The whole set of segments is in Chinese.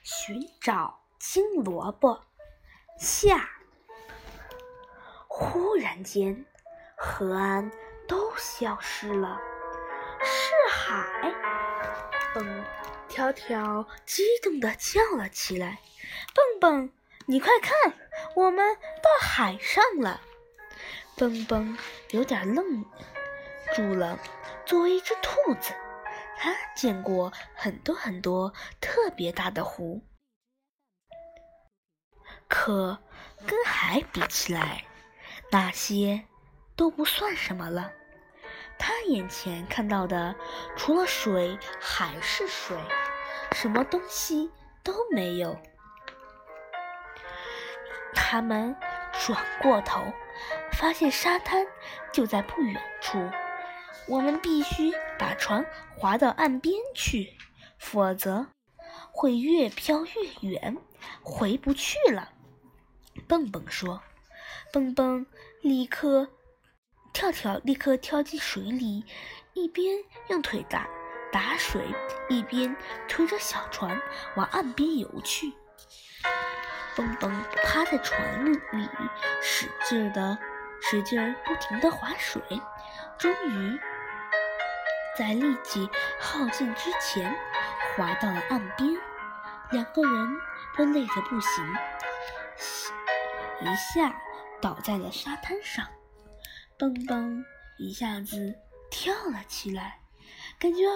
寻找金萝卜下。忽然间，河岸都消失了，是海！跳跳激动地叫了起来：“蹦蹦，你快看，我们到海上了！”蹦蹦有点愣住了。作为一只兔子，它见过很多特别大的湖，可跟海比起来，那些都不算什么了。他眼前看到的除了水还是水，什么东西都没有。他们转过头，发现沙滩就在不远处。我们必须把船划到岸边去，否则会越飘越远，回不去了。蹦蹦说。跳跳立刻跳进水里，一边用腿打水，一边推着小船往岸边游去。蹦蹦趴在船里使劲儿不停地划水，终于在力气耗尽之前划到了岸边。两个人都累得不行，一下倒在了沙滩上。蹦蹦一下子跳了起来，感觉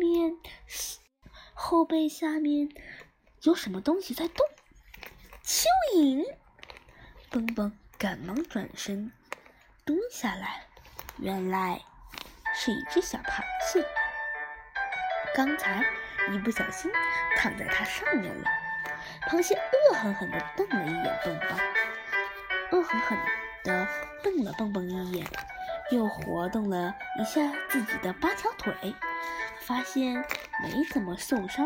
后背下面有什么东西在动。蚯蚓！蹦蹦赶忙转身蹲下来，原来是一只小螃蟹，刚才一不小心躺在它上面了。螃蟹恶狠狠地瞪了一眼蹦蹦，恶狠狠地瞪了蹦蹦一眼，又活动了一下自己的8条腿，发现没怎么受伤，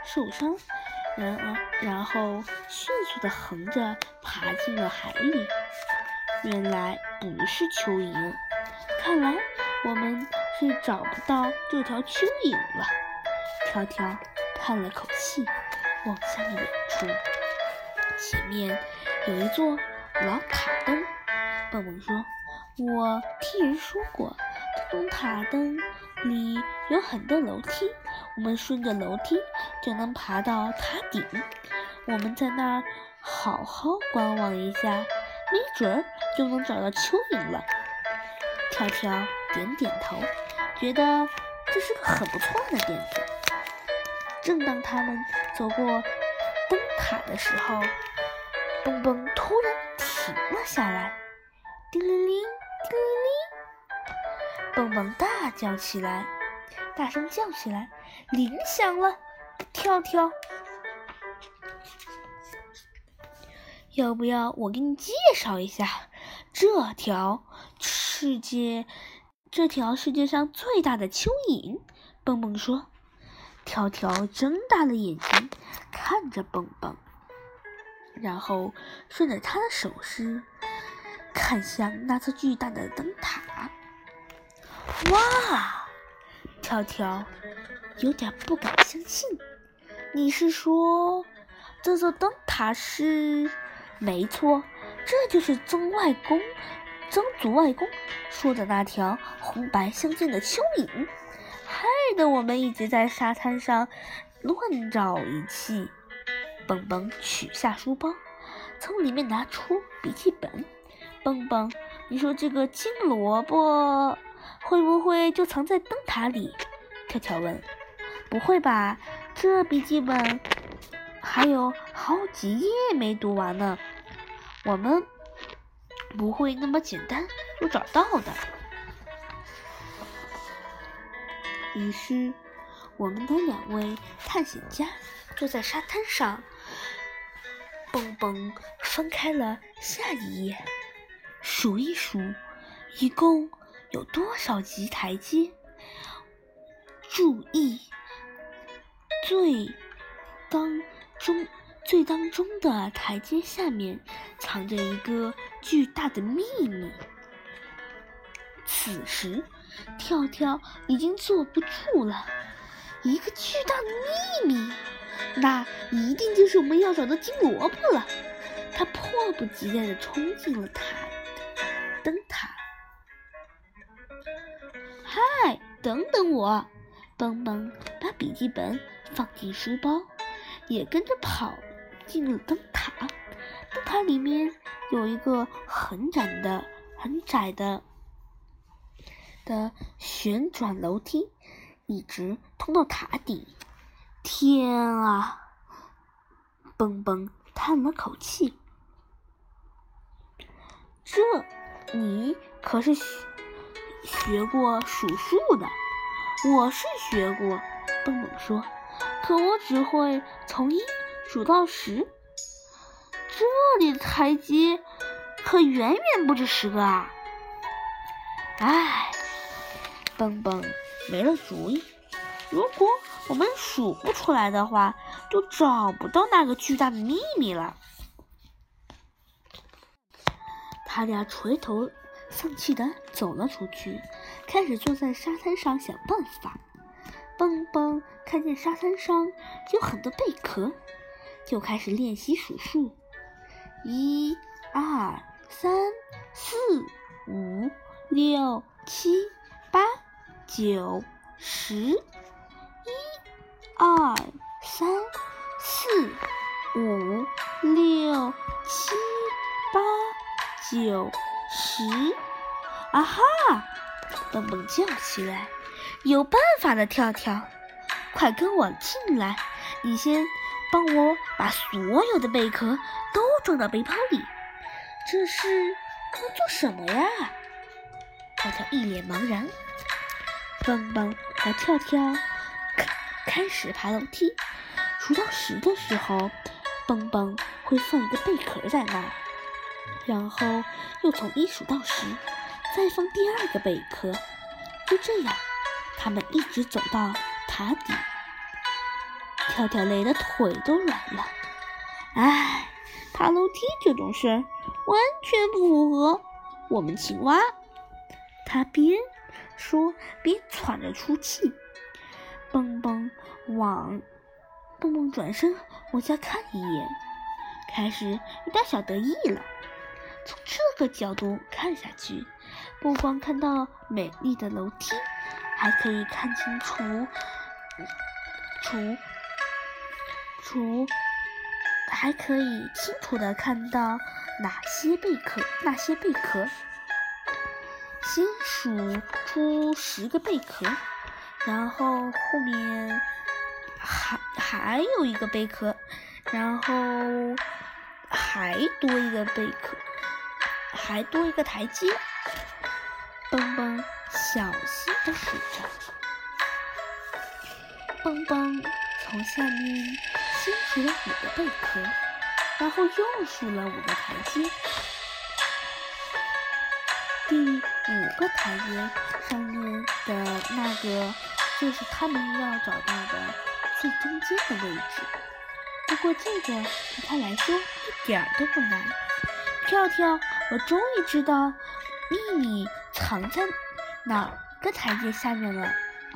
然后迅速地横着爬进了海里。原来不是蚯蚓，看来我们是找不到这条蚯蚓了。跳跳叹了口气，望向远处，前面有一座老塔灯。蹦蹦说：“我听人说过，这种塔灯里有很多楼梯，我们顺着楼梯就能爬到塔顶。我们在那儿好好观望一下，没准儿就能找到蚯蚓了。”跳跳点点头，觉得这是个很不错的点子。正当他们走过灯塔的时候，蹦蹦突然停了下来，叮铃铃，叮铃铃！蹦蹦大声叫起来，铃响了！跳跳，要不要我给你介绍一下这条世界上最大的蚯蚓？蹦蹦说。跳跳睁大了眼睛看着蹦蹦，然后顺着他的手势看向那座巨大的灯塔。哇！跳跳有点不敢相信。你是说这座灯塔是？没错，这就是曾祖外公说的那条红白相间的蚯蚓，害得我们一直在沙滩上乱找一气。蹦蹦取下书包，从里面拿出笔记本。蹦蹦，你说这个金萝卜会不会就藏在灯塔里？跳跳问。不会吧，这笔记本还有好几页没读完呢，我们不会那么简单就找到的。于是我们的2位探险家坐在沙滩上，蹦蹦翻开了下一页，数一数一共有多少级台阶。注意，最当中的台阶下面藏着一个巨大的秘密。此时跳跳已经坐不住了，一个巨大的秘密，那一定就是我们要找的金萝卜了。他迫不及待地冲进了灯塔。嗨，等等我！蹦蹦把笔记本放进书包，也跟着跑进了灯塔。灯塔里面有一个很窄的旋转楼梯，一直通到塔底。天啊！蹦蹦叹了口气。你可是学过数数的。我是学过，蹦蹦说，可我只会从1数到10。这里的台阶可远远不止10个啊！唉，蹦蹦没了主意。如果我们数不出来的话，就找不到那个巨大的秘密了。他俩垂头丧气地走了出去，开始坐在沙滩上想办法。蹦蹦看见沙滩上有很多贝壳，就开始练习数数：1、2、3、4、5、6、7、8、9、10。1、2、3、4、5、6、7、8、9、10。啊哈！蹦蹦叫起来，有办法的，跳跳，快跟我进来！你先帮我把所有的贝壳都装到背包里。这是要做什么呀？跳跳一脸茫然。蹦蹦和跳跳开始爬楼梯，数到10的时候，蹦蹦会放一个贝壳在那儿，然后又从1数到10，再放第2个贝壳。就这样，他们一直走到塔底。跳跳累得腿都软了。唉，爬楼梯这种事儿完全不符合我们青蛙。他边说边喘着粗气。蹦蹦转身往下看一眼，开始有点小得意了。从这个角度看下去，不光看到美丽的楼梯，还可以看清楚还可以清楚地看到那些贝壳。先数出10个贝壳，然后后面还有一个贝壳，然后还多一个贝壳，还多一个台阶。蹦蹦小心地数着。蹦蹦从下面先数了5个贝壳，然后又数了5个台阶。第5个台阶上面的那个就是他们要找到的最中间的位置。不过这个对他来说一点都不难。跳跳，我终于知道秘密藏在哪个台阶下面了。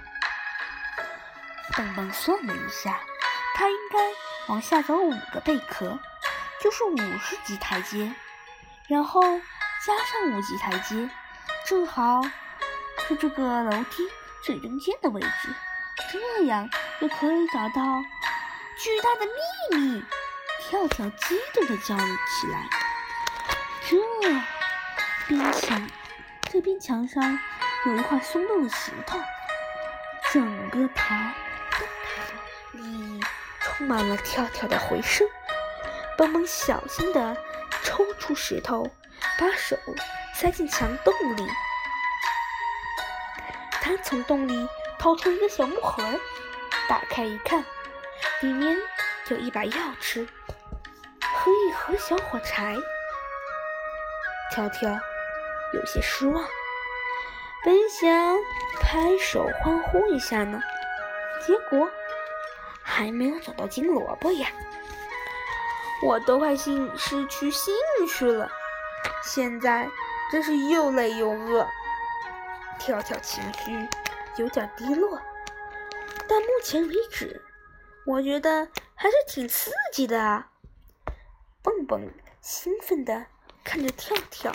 蹦蹦算了一下，他应该往下走5个贝壳，就是50级台阶，然后加上5级台阶，正好是这个楼梯最中间的位置，这样就可以找到巨大的秘密。跳跳激动地叫了起来。这边墙上有一块松动的石头，整个灯塔里充满了跳跳的回声。蹦蹦小心地抽出石头，把手塞进墙洞里。他从洞里掏出一个小木盒，打开一看，里面有一把钥匙和一盒小火柴。跳跳有些失望，本想拍手欢呼一下呢，结果还没有找到金萝卜呀！我都快失去兴趣了，现在真是又累又饿。跳跳情绪有点低落，但目前为止，我觉得还是挺刺激的啊！蹦蹦兴奋地看着跳跳。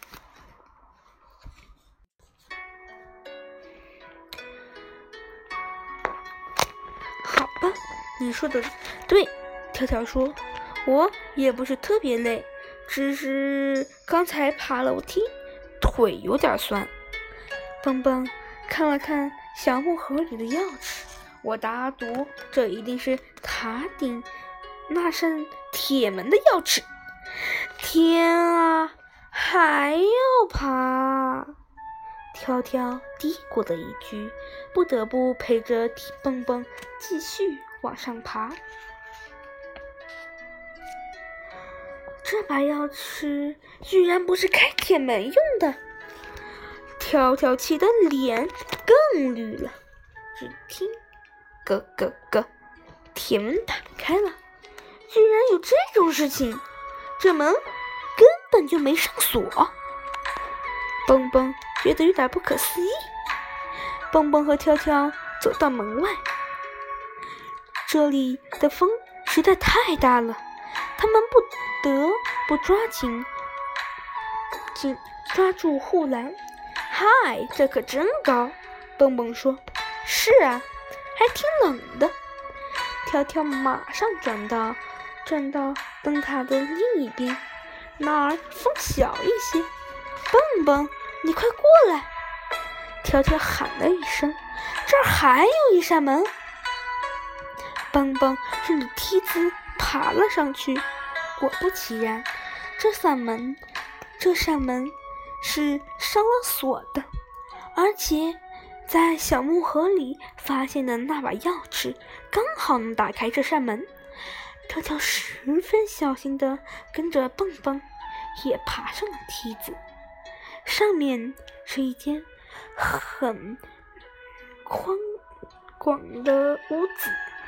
好吧，你说的对，跳跳说，我也不是特别累，只是刚才爬楼梯，腿有点酸。蹦蹦看了看小木盒里的钥匙，我打赌这一定是塔顶那扇铁门的钥匙。天啊，还要爬！跳跳嘀咕了一句，不得不陪着蹦蹦继续往上爬。这把钥匙居然不是开铁门用的！跳跳气的脸更绿了。只听咯咯咯，铁门打开了，居然有这种事情！这门根本就没上锁。蹦蹦觉得有点不可思议。蹦蹦和跳跳走到门外，这里的风实在太大了，他们不得不抓住护栏。嗨，这可真高！蹦蹦说。是啊，还挺冷的。跳跳马上转到灯塔的另一边，那儿风小一些。蹦蹦，你快过来！跳跳喊了一声，这儿还有一扇门。蹦蹦顺着梯子爬了上去，果不其然，这扇门是上了锁的，而且在小木盒里发现的那把钥匙刚好能打开这扇门。跳跳十分小心地跟着蹦蹦也爬上了梯子。上面是一间很宽广的屋子，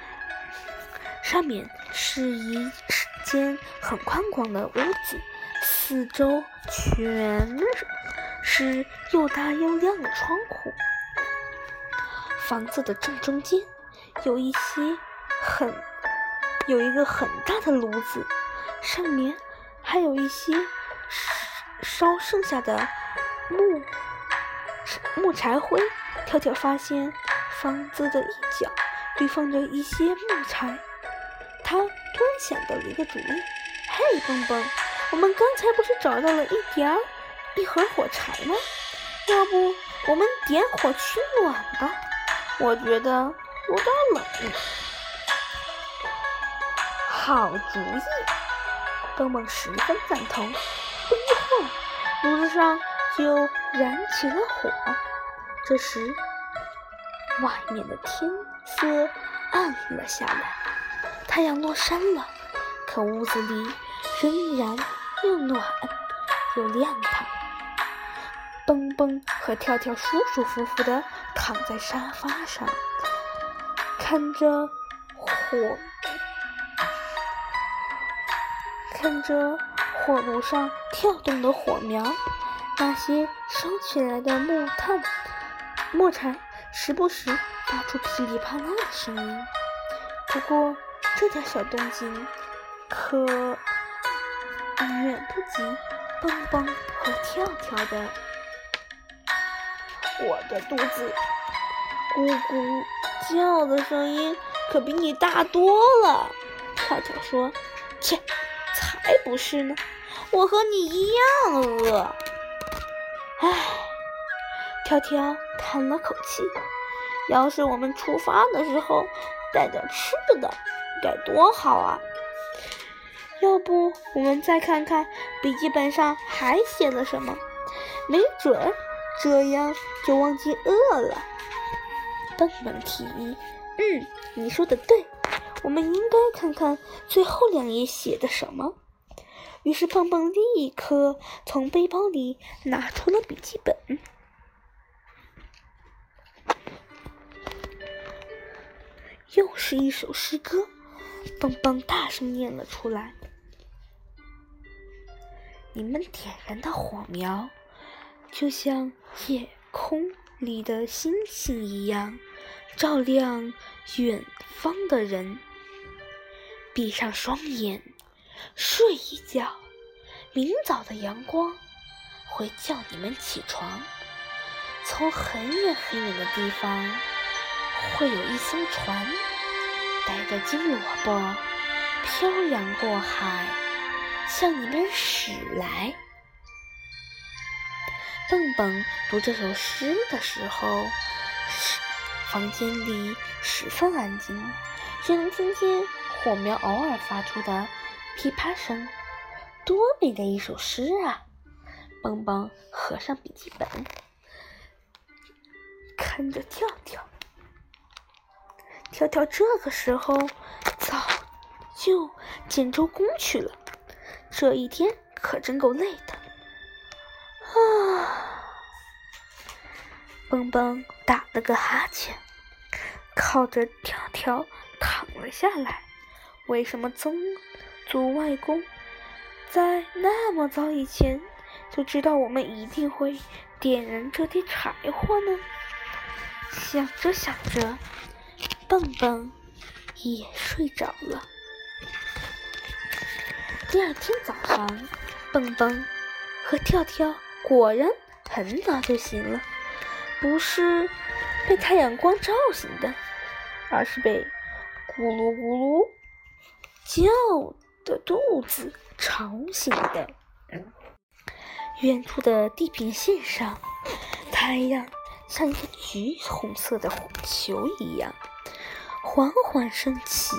四周全是又大又亮的窗户。房子的正中间有一个很大的炉子，上面还有一些烧剩下的木柴灰。跳跳发现房子的一角堆放着一些木柴，他突然想到了一个主意。嘿，蹦蹦，我们刚才不是找到了一盒火柴吗？要不我们点火取暖吧？我觉得有点冷。好主意！蹦蹦十分赞同。不一会儿，炉子上就燃起了火。这时，外面的天色暗了下来，太阳落山了，可屋子里仍然又暖又亮堂。蹦蹦和跳跳舒舒服服地躺在沙发上，看着火炉上跳动的火苗，那些烧起来的木柴时不时发出噼里啪啦的声音。不过这点小动静可远不及蹦蹦和跳跳的。我的肚子咕咕叫的声音可比你大多了，跳跳说。切，才不是呢，我和你一样饿。唉，跳跳叹了口气，要是我们出发的时候带点吃的该多好啊。要不我们再看看笔记本上还写了什么，没准这样就忘记饿了。蹦蹦提议，你说的对，我们应该看看最后2页写的什么。于是蹦蹦立刻从背包里拿出了笔记本。又是一首诗歌，蹦蹦大声念了出来。你们点燃的火苗，就像夜空里的星星一样，照亮远方的人。 闭上双眼，睡一觉，明早的阳光会叫你们起床。从很远很远的地方，会有一艘船，带着金萝卜，漂洋过海，向你们驶来。蹦蹦读这首诗的时候，房间里十分安静，只能听见火苗偶尔发出的噼啪声。多美的一首诗啊！蹦蹦合上笔记本，看着跳跳。跳跳这个时候早就建周公去了，这一天可真够累的啊！蹦蹦打了个哈欠，靠着跳跳躺了下来。为什么曾祖外公在那么早以前就知道我们一定会点燃这堆柴火呢？想着想着，蹦蹦也睡着了。第二天早上，蹦蹦和跳跳果然很早就醒了，不是被太阳光照醒的，而是被咕噜咕噜叫的肚子吵醒的。远处的地平线上，太阳像一个橘红色的火球一样缓缓升起。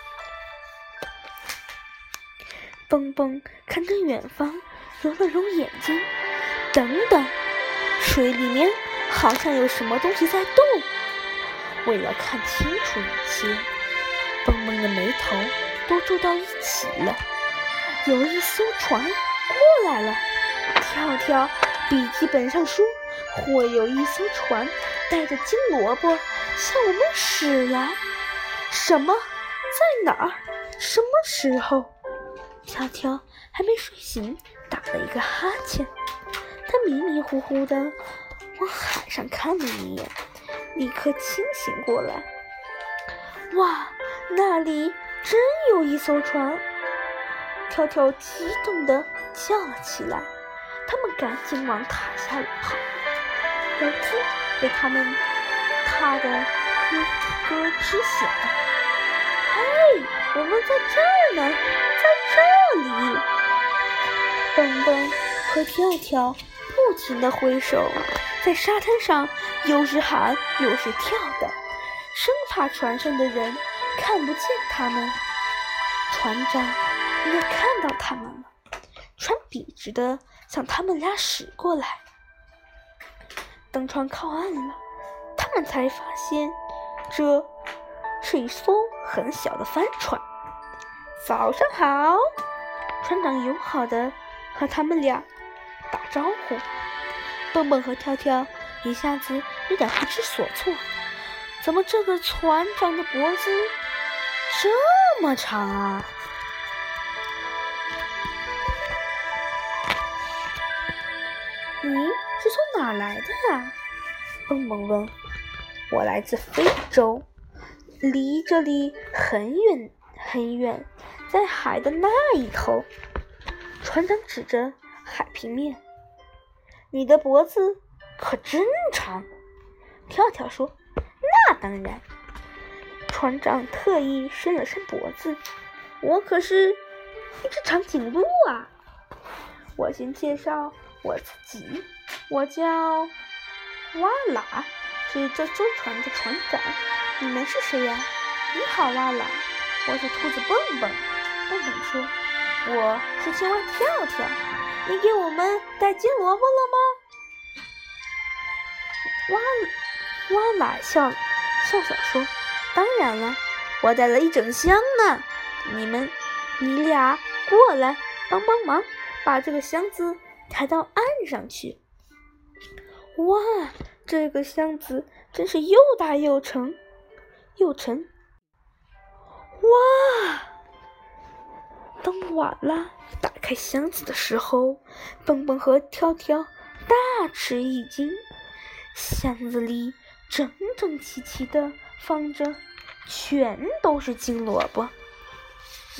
蹦蹦看着远方，揉了揉眼睛，等等，水里面好像有什么东西在动。为了看清楚一切，蹦蹦的眉头都皱到一起了。有一艘船过来了，跳跳笔记本上说会有一艘船带着金萝卜向我们驶来。什么？在哪儿？什么时候？跳跳还没睡醒，打了一个哈欠。他迷迷糊糊地往海上看了一眼，立刻清醒过来。哇，那里真有一艘船！跳跳激动地叫了起来。他们赶紧往塔下跑，楼梯被他们踏得咯咯直响。嘿，我们在这儿呢，在这里！蹦蹦和跳跳不停地挥手，在沙滩上又是喊又是跳的，生怕船上的人看不见他们。船长应该看到他们了，船笔直的向他们俩驶过来。等船靠岸了，他们才发现这是一艘很小的帆船。早上好，船长友好的和他们俩打招呼。蹦蹦和跳跳一下子有点不知所措，怎么这个船长的脖子这么长啊？你是从哪儿来的呀？蹦蹦问。我来自非洲，离这里很远很远，在海的那一头。船长指着海平面。你的脖子可真长。跳跳说。那当然。船长特意伸了伸脖子。我可是一只长颈鹿啊。我先介绍我自己，我叫哇啦，是这艘船的船长。你们是谁呀？你好，哇啦，我是兔子蹦蹦。蹦蹦说，我是青蛙跳跳。你给我们带金萝卜了吗？哇啦笑笑说，当然了，我带了一整箱呢。你俩过来帮忙，把这个箱子抬到岸上去。哇，这个箱子真是又大又沉。哇！当瓦拉打开箱子的时候，蹦蹦和跳跳大吃一惊。箱子里整整齐齐的放着，全都是金萝卜。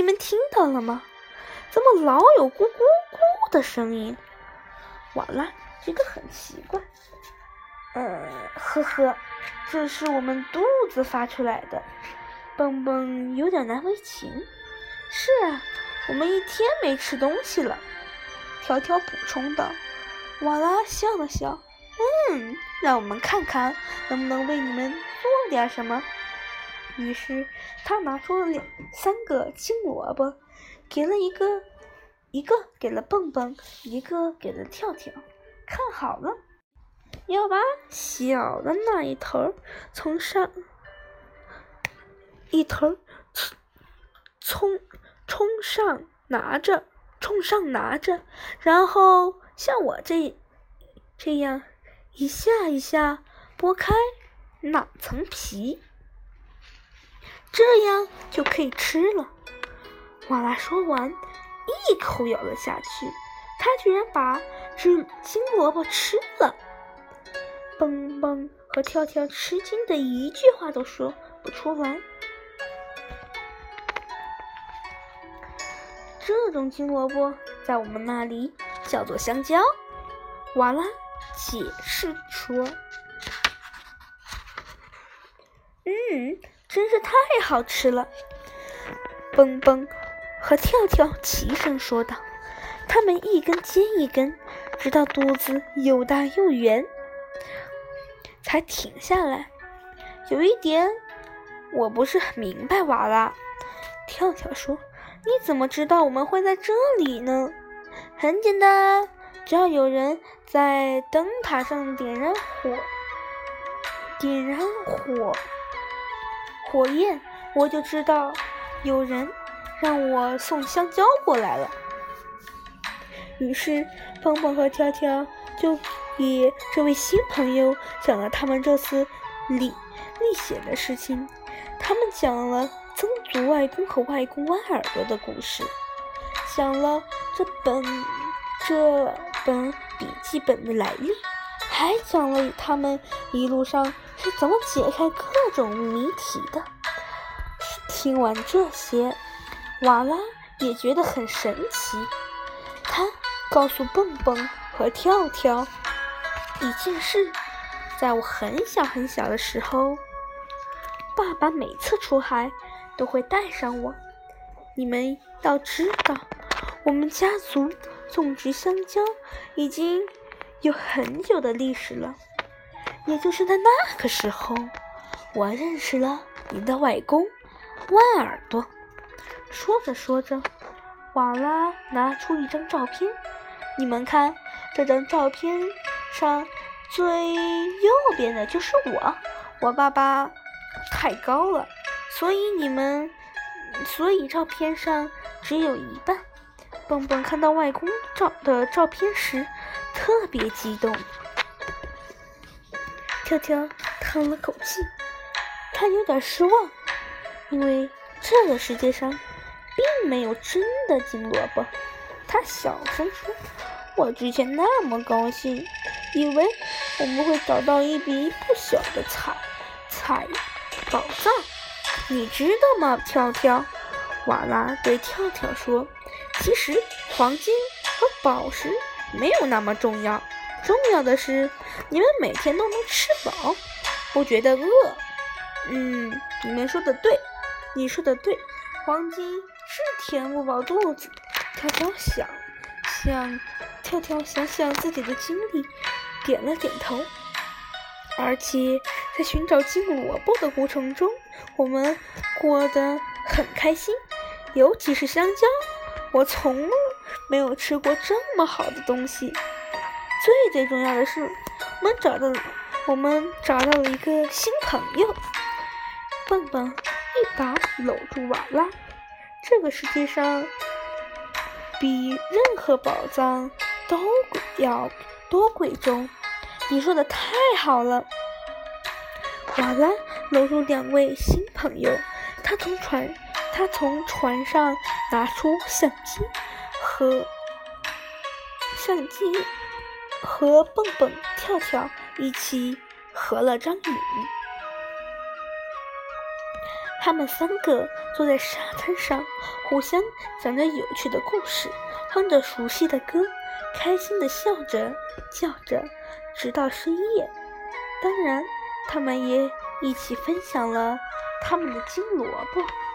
们听到了吗？怎么老有咕咕咕的声音？瓦拉觉得很奇怪。呵呵，这是我们肚子发出来的。蹦蹦有点难为情。是啊，我们一天没吃东西了。条条补充道。瓦拉笑了笑。让我们看看能不能为你们做点什么。于是他拿出了3个青萝卜，给了一个给了蹦蹦，一个给了跳跳。看好了，要把小的那一头冲上拿着，然后像我这样一下一下剥开那层皮，这样就可以吃了。瓦拉说完，一口咬了下去，他居然把这青萝卜吃了。蹦蹦和跳跳吃惊的一句话都说不出来。这种青萝卜在我们那里叫做香蕉。瓦拉解释说。真是太好吃了。蹦蹦和跳跳齐声说道。他们一根接一根，直到肚子又大又圆，才停下来。有一点我不是很明白，瓦拉。跳跳说。你怎么知道我们会在这里呢？很简单，只要有人在灯塔上点燃火焰，我就知道有人让我送香蕉过来了。于是蹦蹦和跳跳就给这位新朋友讲了他们这次历险的事情。他们讲了曾祖外公和外公弯耳朵的故事，讲了这本笔记本的来历，还讲了他们一路上是怎么解开各种谜题的。听完这些，瓦拉也觉得很神奇。他告诉蹦蹦和跳跳一件事：在我很小很小的时候，爸爸每次出海都会带上我。你们要知道，我们家族种植香蕉已经有很久的历史了。也就是在那个时候，我认识了你的外公弯耳朵。说着说着，瓦拉拿出一张照片。你们看，这张照片上最右边的就是我爸爸太高了，所以照片上只有一半。蹦蹦看到外公的照片时特别激动。跳跳叹了口气，他有点失望，因为这个世界上并没有真的金萝卜。他小声说，我之前那么高兴，以为我们会找到一笔不小的财宝藏。你知道吗，跳跳？瓦拉对跳跳说，其实黄金和宝石没有那么重要，重要的是你们每天都能吃饱，不觉得饿。你说的对，黄金是填不饱肚子。跳跳想想自己的经历，点了点头。而且在寻找金萝卜的过程中，我们过得很开心，尤其是香蕉，我从没有吃过这么好的东西。最重要的是，我们找到了一个新朋友。蹦蹦一把搂住瓦拉，这个世界上比任何宝藏都要多贵重。你说的太好了。瓦拉搂住2位新朋友，他从船上拿出相机和蹦蹦跳跳一起合了张影。 他们3个坐在沙滩上，互相讲着有趣的故事，哼着熟悉的歌，开心地笑着叫着，直到深夜。当然，他们也一起分享了他们的金萝卜。